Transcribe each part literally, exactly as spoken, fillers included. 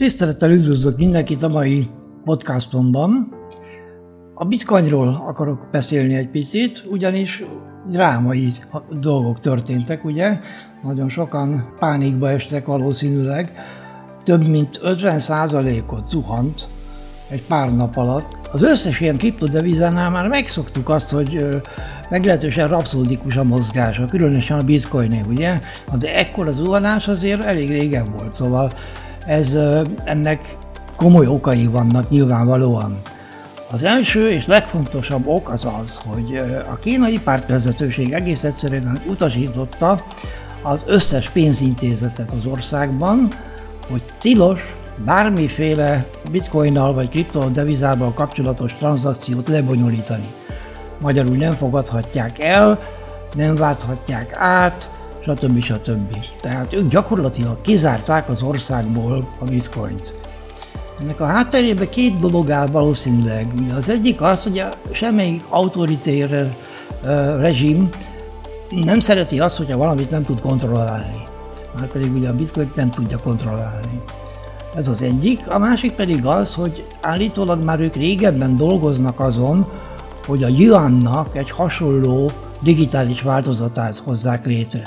Tisztelettel üdvözlök mindenkit a mai podcastomban. A bitcoinról akarok beszélni egy picit, ugyanis drámai dolgok történtek, ugye? Nagyon sokan pánikba estek valószínűleg. Több mint ötven százalékot zuhant egy pár nap alatt. Az összes ilyen kriptodevizánál már megszoktuk azt, hogy meglehetősen rapszódikus a mozgása, különösen a bitcoiné, ugye? De ekkor az zuhanás azért elég régen volt, szóval ez, ennek komoly okai vannak nyilvánvalóan. Az első és legfontosabb ok az az, hogy a kínai pártvezetőség egész egyszerűen utasította az összes pénzintézetet az országban, hogy tilos bármiféle bitcoinnal vagy kriptodevizával kapcsolatos tranzakciót lebonyolítani. Magyarul nem fogadhatják el, nem válthatják át, stb. stb. Tehát ők gyakorlatilag kizárták az országból a bitcoint. Ennek a hátterében két dolog áll valószínűleg. Az egyik az, hogy a semmelyik autoritér uh, rezsim nem szereti azt, hogyha valamit nem tud kontrollálni. Márpedig ugye a bitcoint nem tudja kontrollálni. Ez az egyik. A másik pedig az, hogy állítólag már ők régebben dolgoznak azon, hogy a yuannak egy hasonló digitális változatát hozzák létre.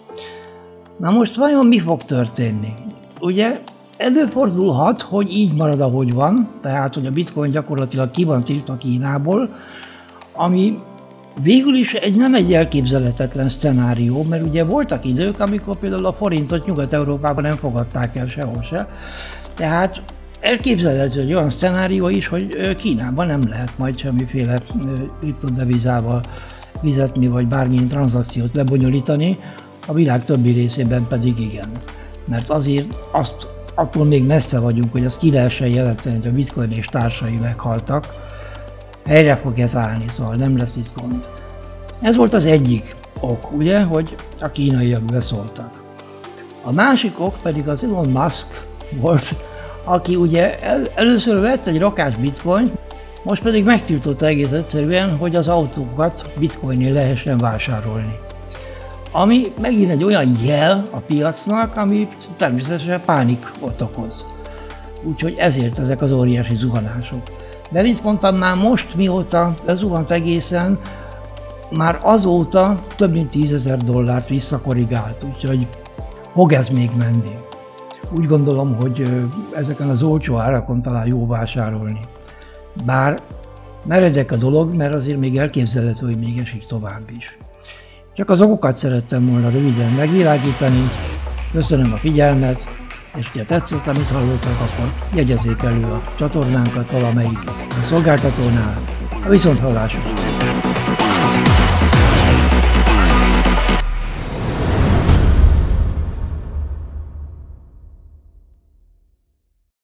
Na most vajon mi fog történni? Ugye előfordulhat, hogy így marad, ahogy van, tehát hogy a bitcoin gyakorlatilag ki van tiltva Kínából, ami végül is egy, nem egy elképzelhetetlen szcenárió, mert ugye voltak idők, amikor például a forintot Nyugat-Európában nem fogadták el sehol se, tehát elképzelhető egy olyan szcenárió is, hogy Kínában nem lehet majd semmiféle kriptodevizával fizetni, vagy bármilyen tranzakciót lebonyolítani, a világ többi részében pedig igen. Mert azért azt, attól még messze vagyunk, hogy azt ki lehessen jelenteni, hogy a bitcoin és társai meghaltak, helyre fog ez állni, szóval nem lesz itt gond. Ez volt az egyik ok, ugye, hogy a kínaiak beszóltak. A másik ok pedig az Elon Musk volt, aki ugye el, először vett egy rakás bitcoint, most pedig megtiltotta egész egyszerűen, hogy az autókat bitcoinnél lehessen vásárolni. Ami megint egy olyan jel a piacnak, ami természetesen pánikot okoz. Úgyhogy ezért ezek az óriási zuhanások. De mint mondtam, már most, mióta lezuhant egészen, már azóta több mint tízezer dollárt visszakorrigált, úgyhogy fog ez még menni. Úgy gondolom, hogy ezeken az olcsó árakon talán jó vásárolni. Bár meredek a dolog, mert azért még elképzelhető, hogy még esik tovább is. Csak az okokat szerettem volna röviden megvilágítani. Köszönöm a figyelmet, és ha tetszett, amit hallottak, akkor jegyezzék elő a csatornánkat valamelyik szolgáltatónál. A viszonthallásra!